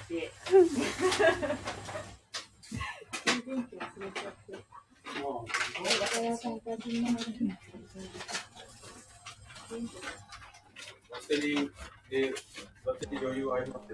バッテリー余裕ありますよ。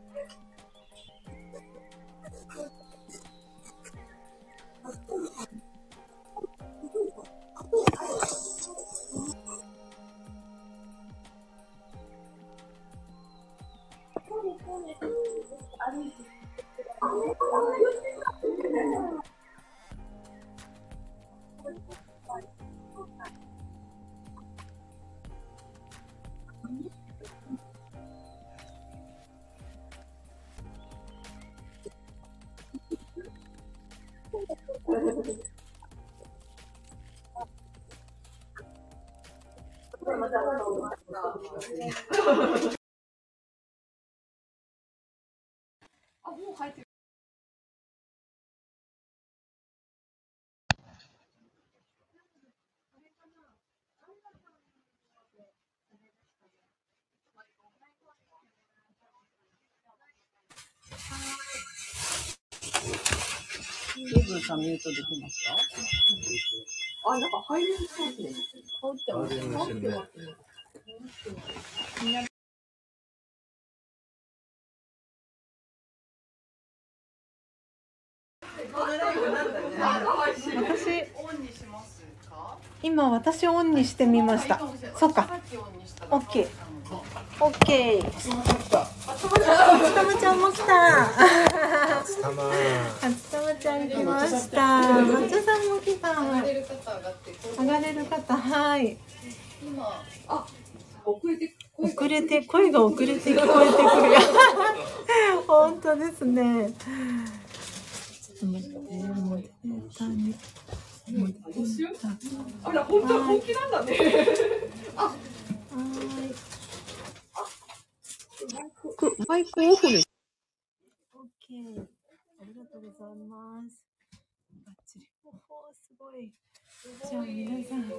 あ、もう入ってる。 ケイブンさんミュートできますか？ あ、なんか入りますね。入ってますね。入ってますね。 今私オンにしてみました。そっか。オッケー。オッケー。つたまちゃんも来た。つたまちゃん来ました。松さんも来た。上がれる方、はい。 今、あ、遅れて声が遅れて聞こえてくる。本当ですね。 あら、本気なんだね。あ、 マイクオフです。 オッケー。ありがとうございます。バッチリ。おお、すごい。じゃあ皆さん。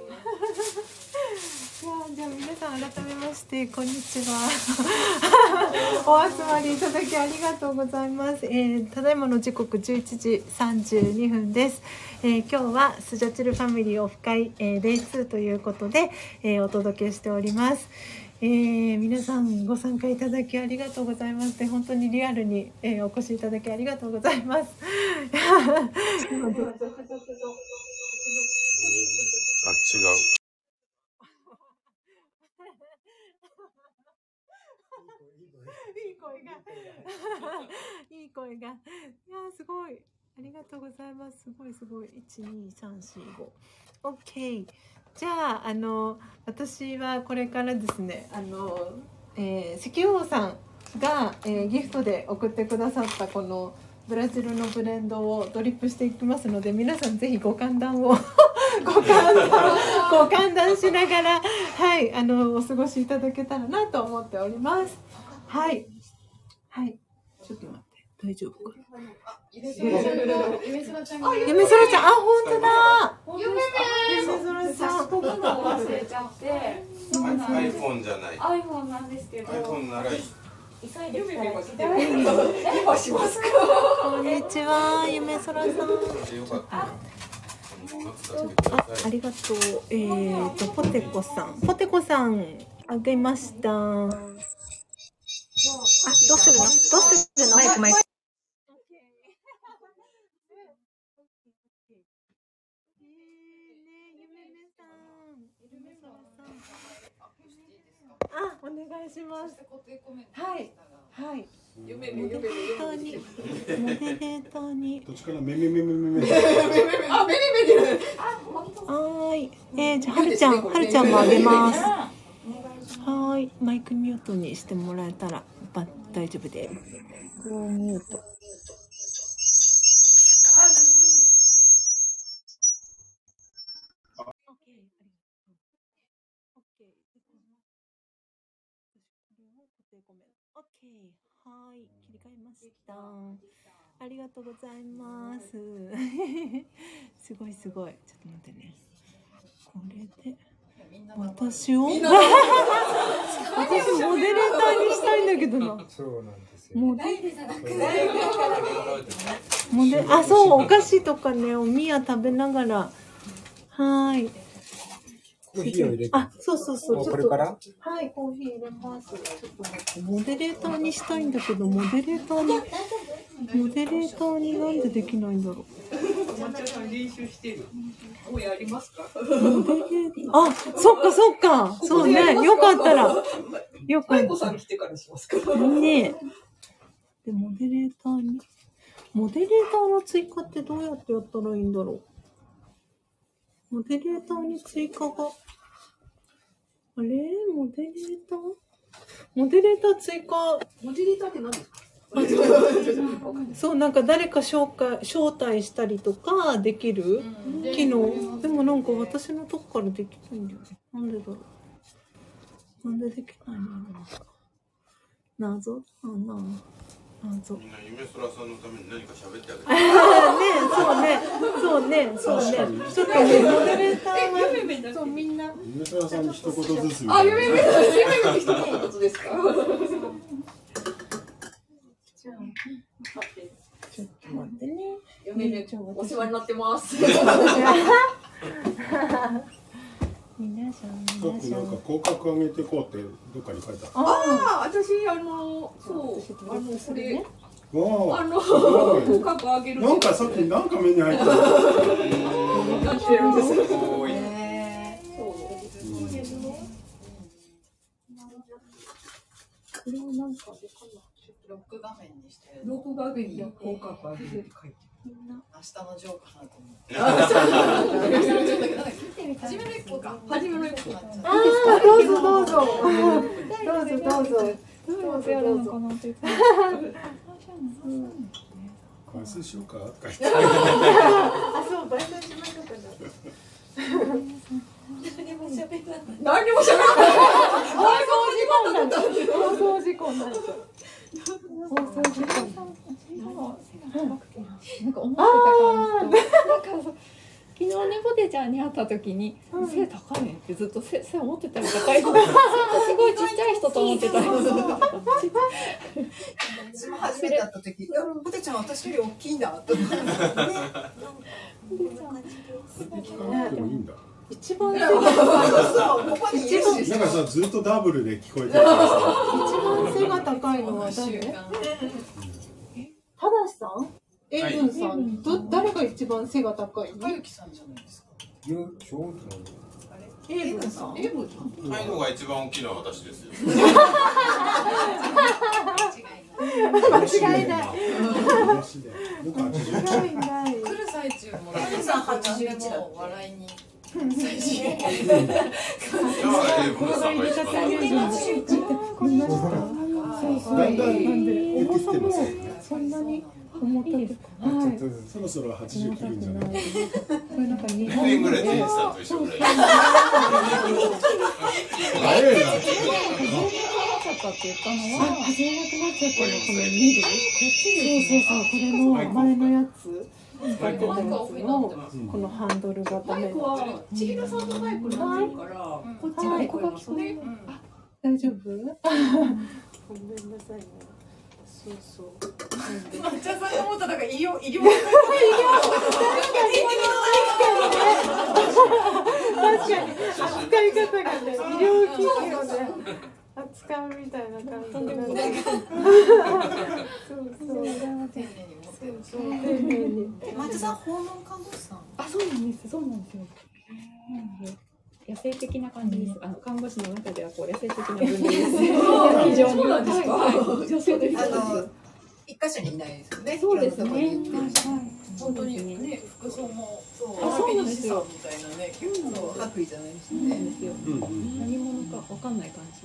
じゃあ皆さん改めましてこんにちは。お集まりいただきありがとうございます。ただいまの時刻11時32分です。今日はスジャチルファミリーオフ会、デイ2ということで、お届けしております。皆さんご参加いただきありがとうございます。本当にリアルに、お越しいただきありがとうございます。 あ、違う。 いい声が。いやすごい。ありがとうございます。すごい。1、2、3、4、5。OK。じゃあ私はこれからですね石油王さんが、ギフトで送ってくださったこのブラジルのブレンドをドリップしていきますので、皆さんぜひご歓談をご歓談しながら、はい、お過ごしいただけたらなと思っております。はい。ちょっと待って、大丈夫かな。夢空ちゃん、あ、本当だ。夢空ちゃん、僕の忘れちゃって。 iPhone じゃない。 iPhone なんですけど。 iPhone ならいい。 今しますか。 こんにちは、夢空さん。ありがとう。ポテコさんあげました。どうするの？マイク。あ、お願いします。はい。モデレーターに。 どっちからめめ。 あ、めめ。 はい。じゃあはるちゃんもあげます。はい。マイクミュートにしてもらえたら大丈夫です。ミュート。はい、切り替えました。ありがとうございます。すごい。ちょっと待ってね。これで私を私モデレーターにしたいんだけどな。 そうなんですあ、そう、お菓子とかね、おみや食べながら。はい。 コーヒーを入れて。 あ、そうそうそう。 これからはい、コーヒー入れます。ちょっと待って、モデレーターにしたいんだけど、モデレーターになんでできないんだろう。 練習してる。もうやりますか？ あ、そっかそっか。そうね、よかったら。よかった。 さん来てからしますか？ ねえ。で、モデレーターの追加ってどうやってやったらいいんだろう。モデレーターに追加が。あれモデレーター追加。 モデレーターって何ですか？ そう、なんか誰か招待したりとかできる機能。でもなんか私のとこからできないんだよね。なんでだろう。なんでできないの謎だな。謎。 みんな夢空さんのために何か喋ってあげて。 そうね。ちょっとね、モデレーターは、そう、みんな。 夢空さんに一言ずつ。 あ、夢見て一言ですか？ ちょっと待ってね。 お世話になってます。 皆さん。 なんか広角上げてこうってどっかに書いてある。 ああ、私これわあ、 広角上げる。 なんかさっきなんか目に入った。 なってるんです。 これはなんかロック画面にして、 録画面に広角上げるって書いて明日のジョーかなと思って。 初めの一歩か。初めの一歩。 どうぞ。 回数しようかとか言って。 あ、そう、倍数しましょうかな。 何も喋らない。 放送事故になっちゃう。 なんか思ってた感じと、昨日ねポテちゃんに会った時に背高いねってずっと背思ってたより高い人、すごいちっちゃい人と思ってた。 私も初めて会った時、ポテちゃん私より大きいなと思って。 聞かなくてもいいんだ。 一番なんかさ、ずっとダブルで聞こえてるからさ。 一番背が高いのは誰？ただしさん？エイブンさん、誰が一番背が高いの？ かゆきさんじゃないですか。 エイブンさん？ タイのが一番大きいのは私ですよ。 間違いない。 僕は来る最中もタイさん81だも笑いに。最初じゃあエイブンさんが一番高い。 だんだん出てきてますよね。 そんなに重たく。 そろそろ80切るんじゃない？ これなんか日 1年ぐらいテニスさんと一緒ぐらい。 早いな。 って言ったのは始めなくなっちゃったの、この見る？こっちそう、これの前のやつ。使ってたやつのこのハンドルがダメだ。 千尋さんのマイクになってるから、こっちが聞こえますね。 大丈夫？ごめんなさいね。そう。 抹茶さんが思ったなんか医療確かに扱い方がね、医療機器をね扱うみたいな感じなんで。そう。 抹茶さん訪問看護師さん。 あ、そうなんですよ。野生的な感じです。看護師の中ではこう野生的な分類です。非常に。 そうなんですか？ 一箇所にいないですよね。 そうですね。 本当にね、服装もそう。 そうなんですよ。 みたいなね、結構白衣じゃないですね。 何者かわかんない感じ。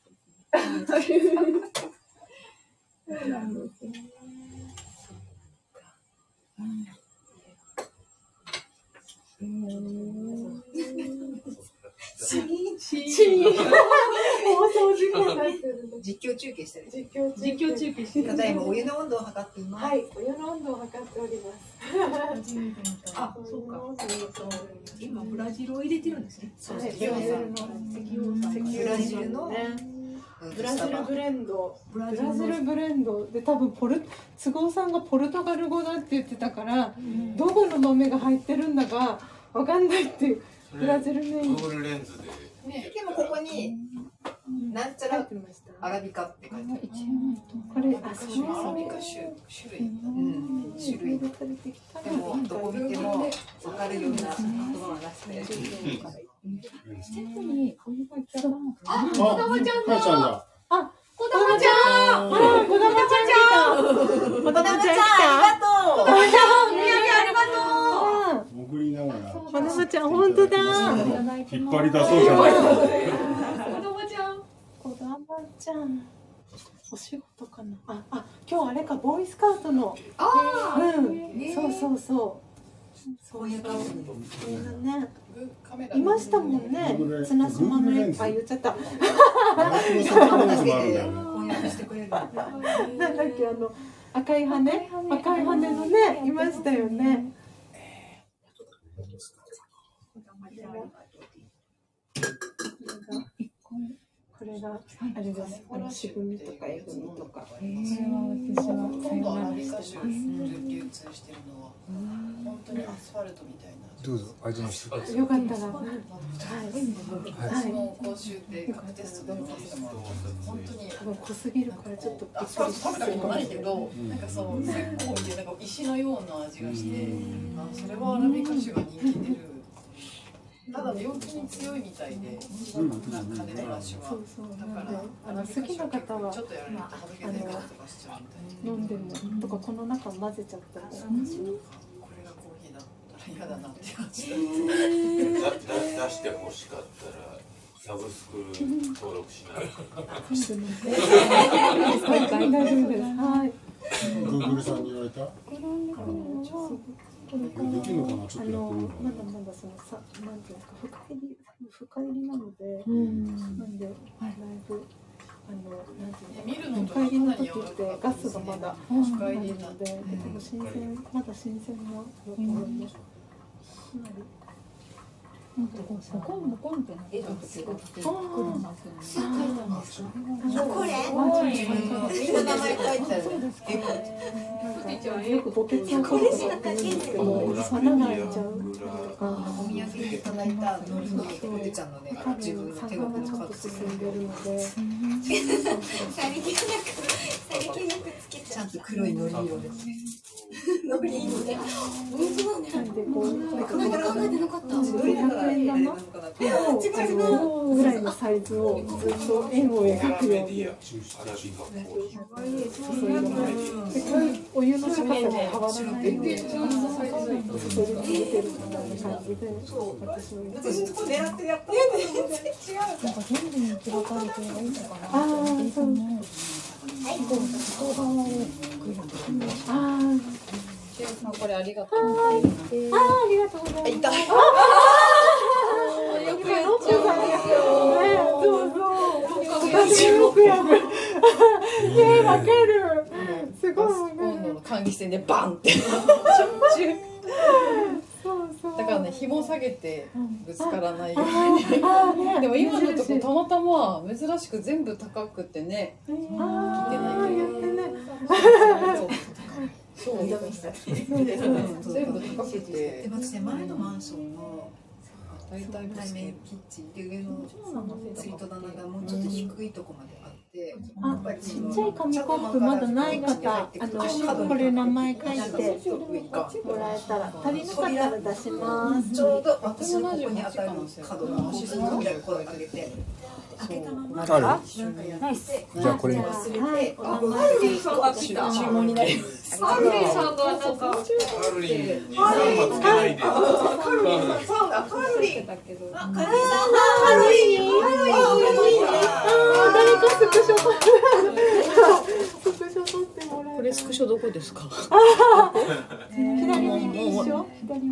実況中継したり。 実況中継してただいまお湯の温度を測っています。 はい、お湯の温度を測っております。 あ、そうか。今ブラジルを入れてるんですね。 そうはい、 ですね。 ブラジルのブラジルのブラジルブレンドで、多分都合さんがポルトガル語だって言ってたから、どこの豆が入ってるんだかわかんないっていう。ブラジルメイン。 グーグルレンズで。 でもここになんちゃらアラビカって書いてある。 これアラビカ種類。種類。でもどこ見ても分かるような言葉はなくて。 あ、こだまちゃんだ。 こだまちゃん。 こだまちゃん来た。 ありがとう。お土産ありがとう。 潜りながら。 こだまちゃん、本当だ。 引っ張り出そうじゃない。 こだまちゃん。お仕事かな。今日あれか、ボーイスカウトの。そういう顔。みんなね。いましたもんね。綱島の絵。言っちゃった。なんだっけ、赤い羽のね、いましたよね。これがあれです。渋みとかえぐみとか。それは私はさよならしてます。 流通してるのは本当にアスファルトみたいな。 どうぞ、ありがとうございます。 よかったら。 その講習で学テストで受けてもらった本当に多分濃すぎるからちょっとびっくり食べたことないけど、なんかそう石膏ってなんか石のような味がして、それはアラビカ種が人気出る。ただ病気に強いみたいで、カネドラ種は。だから好きな方はちょっとやらないと食べれないとかしちゃうみたい飲んでもとかこの中混ぜちゃったり。 これがコーヒーだったら嫌だなって感じ。 出して欲しかったらサブスク登録しない。 大丈夫です。はい。 Google さんに言われた？できるのかな、ちょっとやってみるまだまだそのさ、なんていうか深入りなので、なんでだいぶなんていうの、深入りの時ってガスがまだ深入りなので、まだ新鮮なと思います。 なんかこうボコンボコンってなって作ってくるんですよね。 これ？みんな名前書いてある。 よくボケツを取るとか言うんですけど、花が開いちゃう。 お土産にいただいたのりにポテちゃんのね、自分の手がちょっと進んでるので、 さりげなくつけちゃんと黒いのり色ですね。のり色で。 なんでこう、 考えてなかった。 500円玉ぐらいのサイズをずっと円を描くように。お湯の高さが変わらないので、注ぎ続けるみたいな感じで、 私のとこ狙ってやった。 なんか全部に気がかるといいのかな。これありがとう。 ありがとうございます。 いた。 よくやっちゃう。 私よくやる。わかる。すごい。 今度の換気扇でバンって。だからね、紐下げてぶつからないように。でも今のとこたまたま珍しく全部高くてね。聞いてないけど。そう。全部高くて。 でも私前のマンションの大体面キッチンで上のつり戸棚がもうちょっと低いとこまであって、 ちっちゃい紙コップまだない方、これ名前書いてもらえたら、足りなかったら出します。 ちょうど私のここに当たる角の足の裏に声かけて。開けたままある？ ナイス。 じゃあこれに。 忘れて、カルリンさんが来た。 注文になります。 カルリンさんがなんか。 カルリンに何もつけないで。 カルリンさんだ。カルリン。 だけど。 カルリンさん。カルリン。 誰かスクショ撮ってもらえる。 これスクショどこですか？ 左右一緒。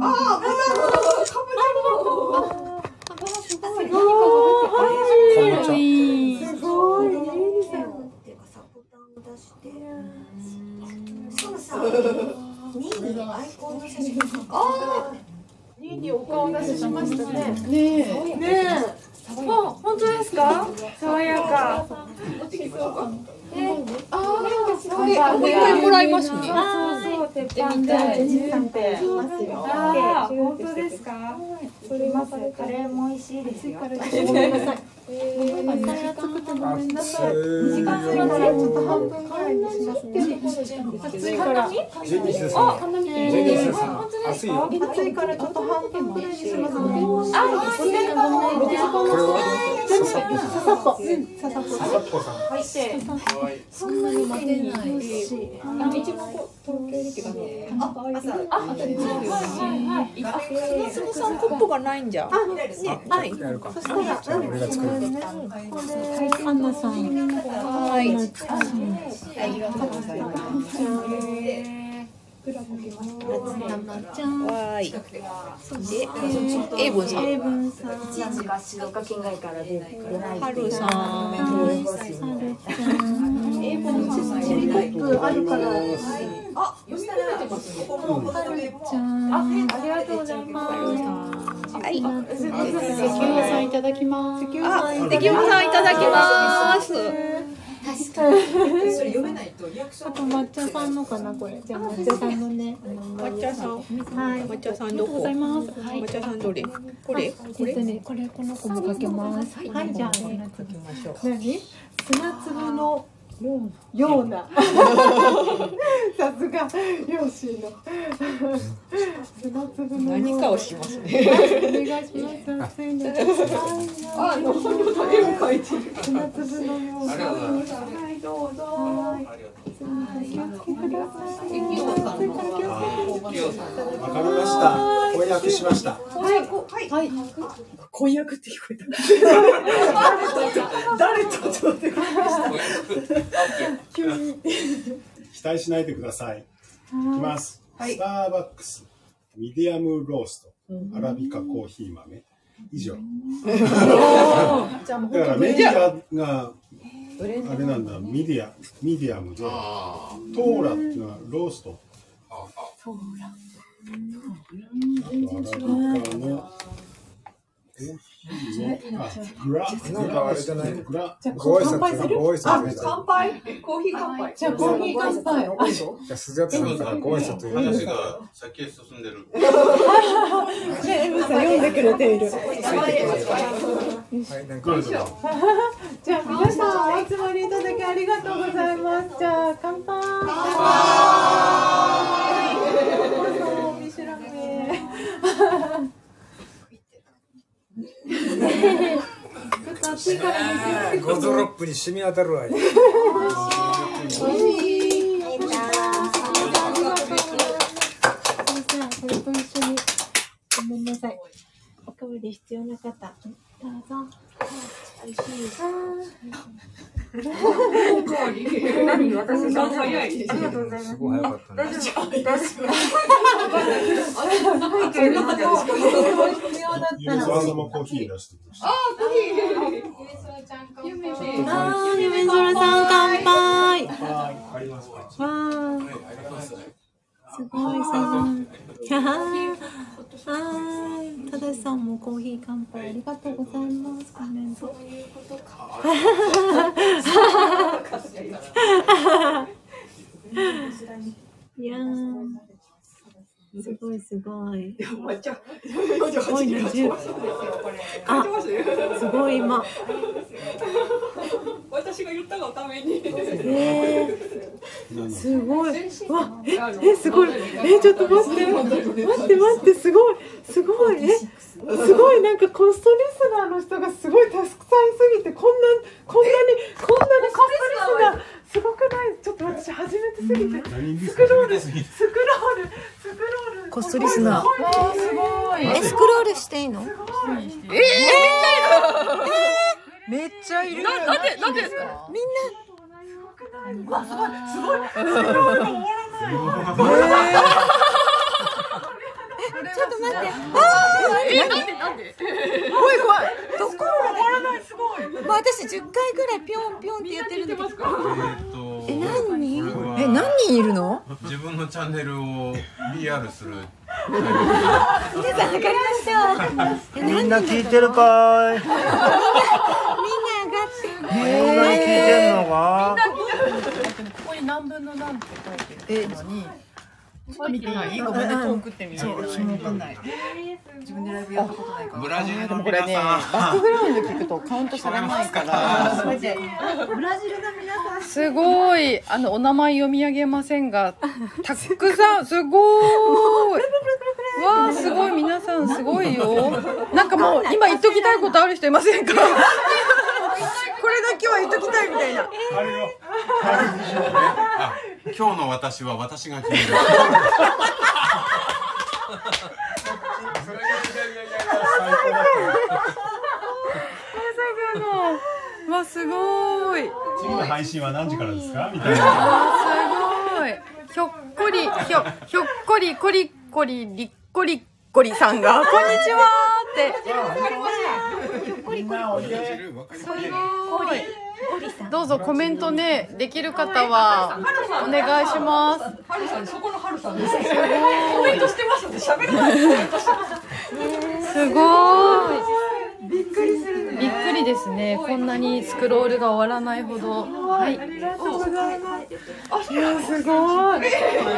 すごい。 かぼちゃ。 すごい。 っていうかさ、ボタンを出して。そうさ、2位にアイコンの写真が。 2位にお顔出ししましたね。 ねえ。 ねえ。あ、本当ですか？爽やか。 っていきましょうか。 もう一回もらいますね。 鉄板で13点しますよ。 本当ですか？ それはカレーも美味しいですよ。 ごめんなさい。カレー熱くてごめんなさい。2時間ぐらいちょっと半分ぐらいにしますね。暑いから。 ジェニスさん。ジェニスさん。暑いよ。 暑いからちょっと半分ぐらいにしますね。 これはささっぽ。 さっぽさん。 そんなに待てない。 一番東京駅がさんコップがないんじゃ。 はい。 やるか。 そしたら、 俺が作る。 これアンナさん。 はい。 ありがとうございます。 はい。で、英文さん。 英文さん。1日が静岡県外から出ない。 春さん。 英文さん。 チリコップあるから。 あ、吉田さん。ここもちゃん。ありがとうございます。 はい。 関尾さんいただきます。 関尾さんいただきます。 それ読めないとリアクション。 あと抹茶さんのかなこれ。じゃあ抹茶さんのね。 抹茶さん。 はい。 抹茶さんどこ？抹茶さんどれ？これ？ これね、この子もかけます。はい、じゃあかけましょう。何？砂粒のような。さすがヨッシーの。砂粒の何かをしますね。 お願いします。絵を描いてる。砂粒のような。はい、どうぞ。気をつけください。 わかりました。翻訳しました。 はい。婚約って聞こえた。誰とちょっと急に。 期待しないでください。いきます。スターバックスミディアムローストアラビカコーヒー豆以上。だからメディアがあれなんだ、ミディアムで、トーラっていうのはロースト。トーラ。アラビカのグラ。 なんかあれじゃない。 グラ。 ご挨拶。 乾杯。コーヒー乾杯。 じゃあコーヒー乾杯。 じゃあ鈴木さんからご挨拶。 話が先へ進んでる。 ね、エムさん読んでくれている。 はい、なんか。 じゃあ皆さんお集まりいただきありがとうございます。じゃあ乾杯。どうぞ見知らぬね。ちょっと暑いからね。 ゴゾロップに染み当たるわ。 おいしい。これと一緒に。ごめんなさい。おかわり必要な方、どうぞ。おいしい。 何私が早い。 ありがとうございます。 すごい早かったね。 大丈夫。大丈夫。 ユーザー様コーヒー出してきました。 ゆめぞらさん乾杯。 ありますか。 わー。すごいすごい。はい。ただしさんもコーヒー乾杯ありがとうございます。コメント。いやー。すごいすごい。すごいね。あ、すごい今。 私が言ったがために。 すごい。わ、すごい。ちょっと待って。待って、すごい。すごい。すごい。なんかコストリスナーの人がすごいたくさんいすぎて、こんなにコストリスナーすごくない？ちょっと私初めてすぎて。スクロール。 コストリスナー。 すごい。 スクロールしていいの？めっちゃいる。なんでですか？みんな。すごい。スクロールが終わらない。ちょっと待って。なんで。怖い。どこ終わらない。すごい。私10回ぐらいピョンピョンってやってるんだけど。何人？何人いるの？ 自分のチャンネルを PR する。 皆さんわかりました。 みんな聞いてるかーい。 みんな上がって。 こんなに聞いてんのか。 ここに何分の何って書いてるのに、ちょっと見てない？ごめんね、遠くって見える。そう、私もわかんない。自分でライブやったことないから。 ブラジルのでもこれね、 皆さん、 バックグラウンド聞くとカウントされないから。 ブラジルの皆さん。 すごい。お名前読み上げませんが、たくさん、すごい。わあ、すごい。皆さんすごいよ。なんかもう、今言っときたいことある人いませんか？これだけは言っときたいみたいな。 あるよ。 あ、今日の私は私が決める。 最高だったよ。 わ、すごい。 次の配信は何時からですかみたいな。 すごい。ひょっこり、ひょっこり、こりこり、りっこりっこりさんが、こんにちはーって。 みんなおいで。 すごい。どうぞコメントね、できる方はお願いします。 ハルさん、そこのハルさんです。コメントしてますので喋らないでコメントしてます。 すごい。びっくりするね。びっくりですね。こんなにスクロールが終わらないほど。はい。 ありがとうございます。いや、すごい。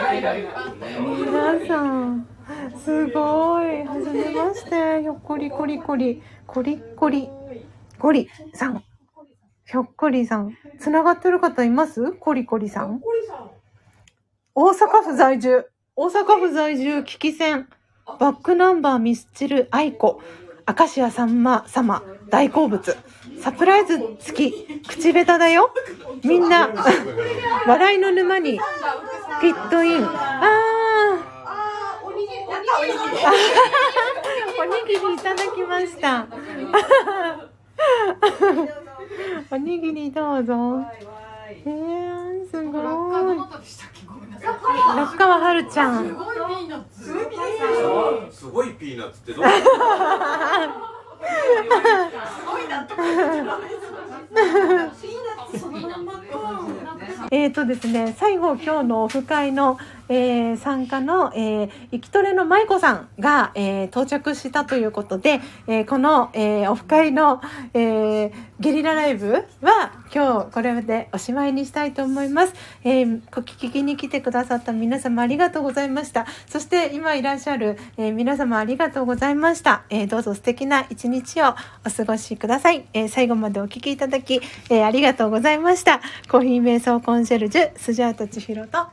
皆さん、すごい。はじめまして。ひょっこりこりこり、こりこり、こりさん。ひょっこりさん。つながってる方います？コリコリさん。大阪府在住。大阪府在住、危機戦。バックナンバーミスチル愛子。明石家さんま様。大好物。サプライズ付き。口下手だよ。みんな、笑いの沼にフィットイン。おにぎりいただきました。おにぎりどうぞ。すごい。落下ははるちゃん。 すごいピーナッツってどう？ ですね、最後今日のオフ会の、参加の、生きトレの舞子さんが、到着したということで、この、オフ会の、ゲリラライブは今日これでおしまいにしたいと思います。聞きに来てくださった皆様ありがとうございました。そして今いらっしゃる、皆様ありがとうございました。どうぞ素敵な一日をお過ごしください。最後までお聞きいただき、ありがとうございました。コーヒー瞑想コンシェルジュスジャータ千尋と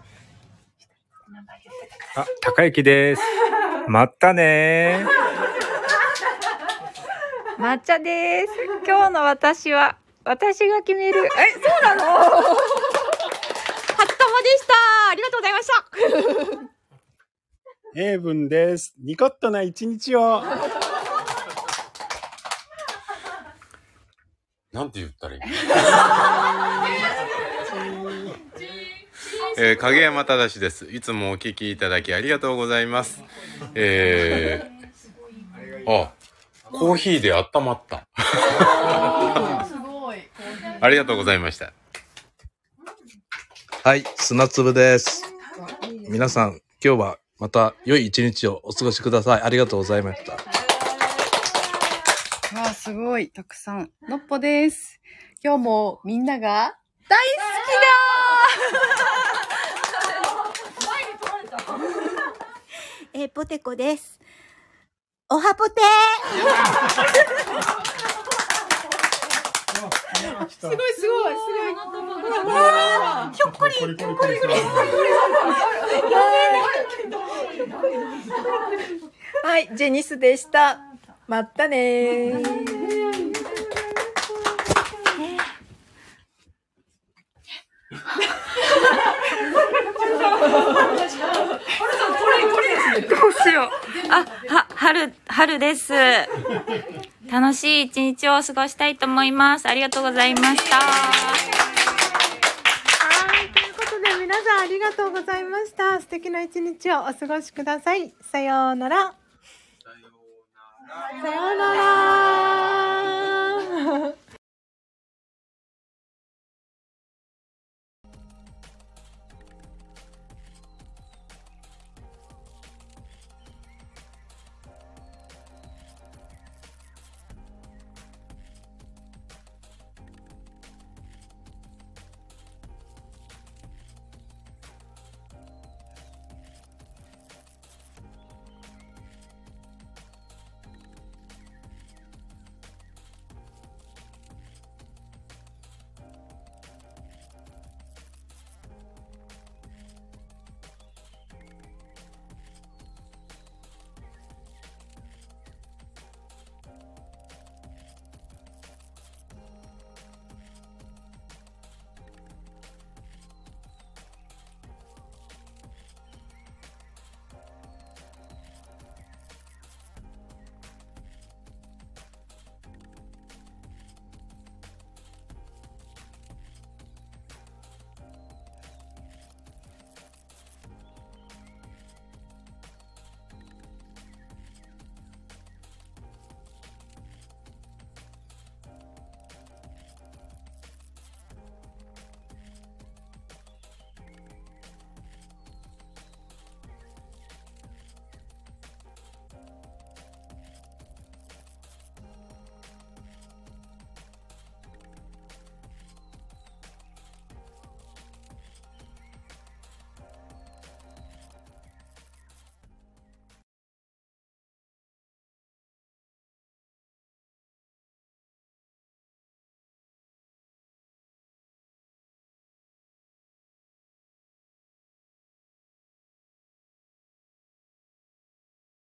高幸です。またね抹茶です。今日の私は私が決める。そうなの？初玉でした。ありがとうございました。 英文です。ニコッとな一日を。 なんて言ったらいい影山正です。いつもお聞きいただきありがとうございます。コーヒーで温まった。ありがとうございました。 はい、砂粒です。皆さん、今日はまた良い一日をお過ごしください。ありがとうございました。 わあ、すごい。たくさん。のっぽです。今日もみんなが大好きだポテコです。おはポテすごいすごいすごい。 ひょっこりひょっこりはい、ジェニスでした。またねー。 どうしよう。春です。楽しい一日を過ごしたいと思います。ありがとうございました。 はい、ということで皆さんありがとうございました。素敵な一日をお過ごしください。さようなら。さようなら。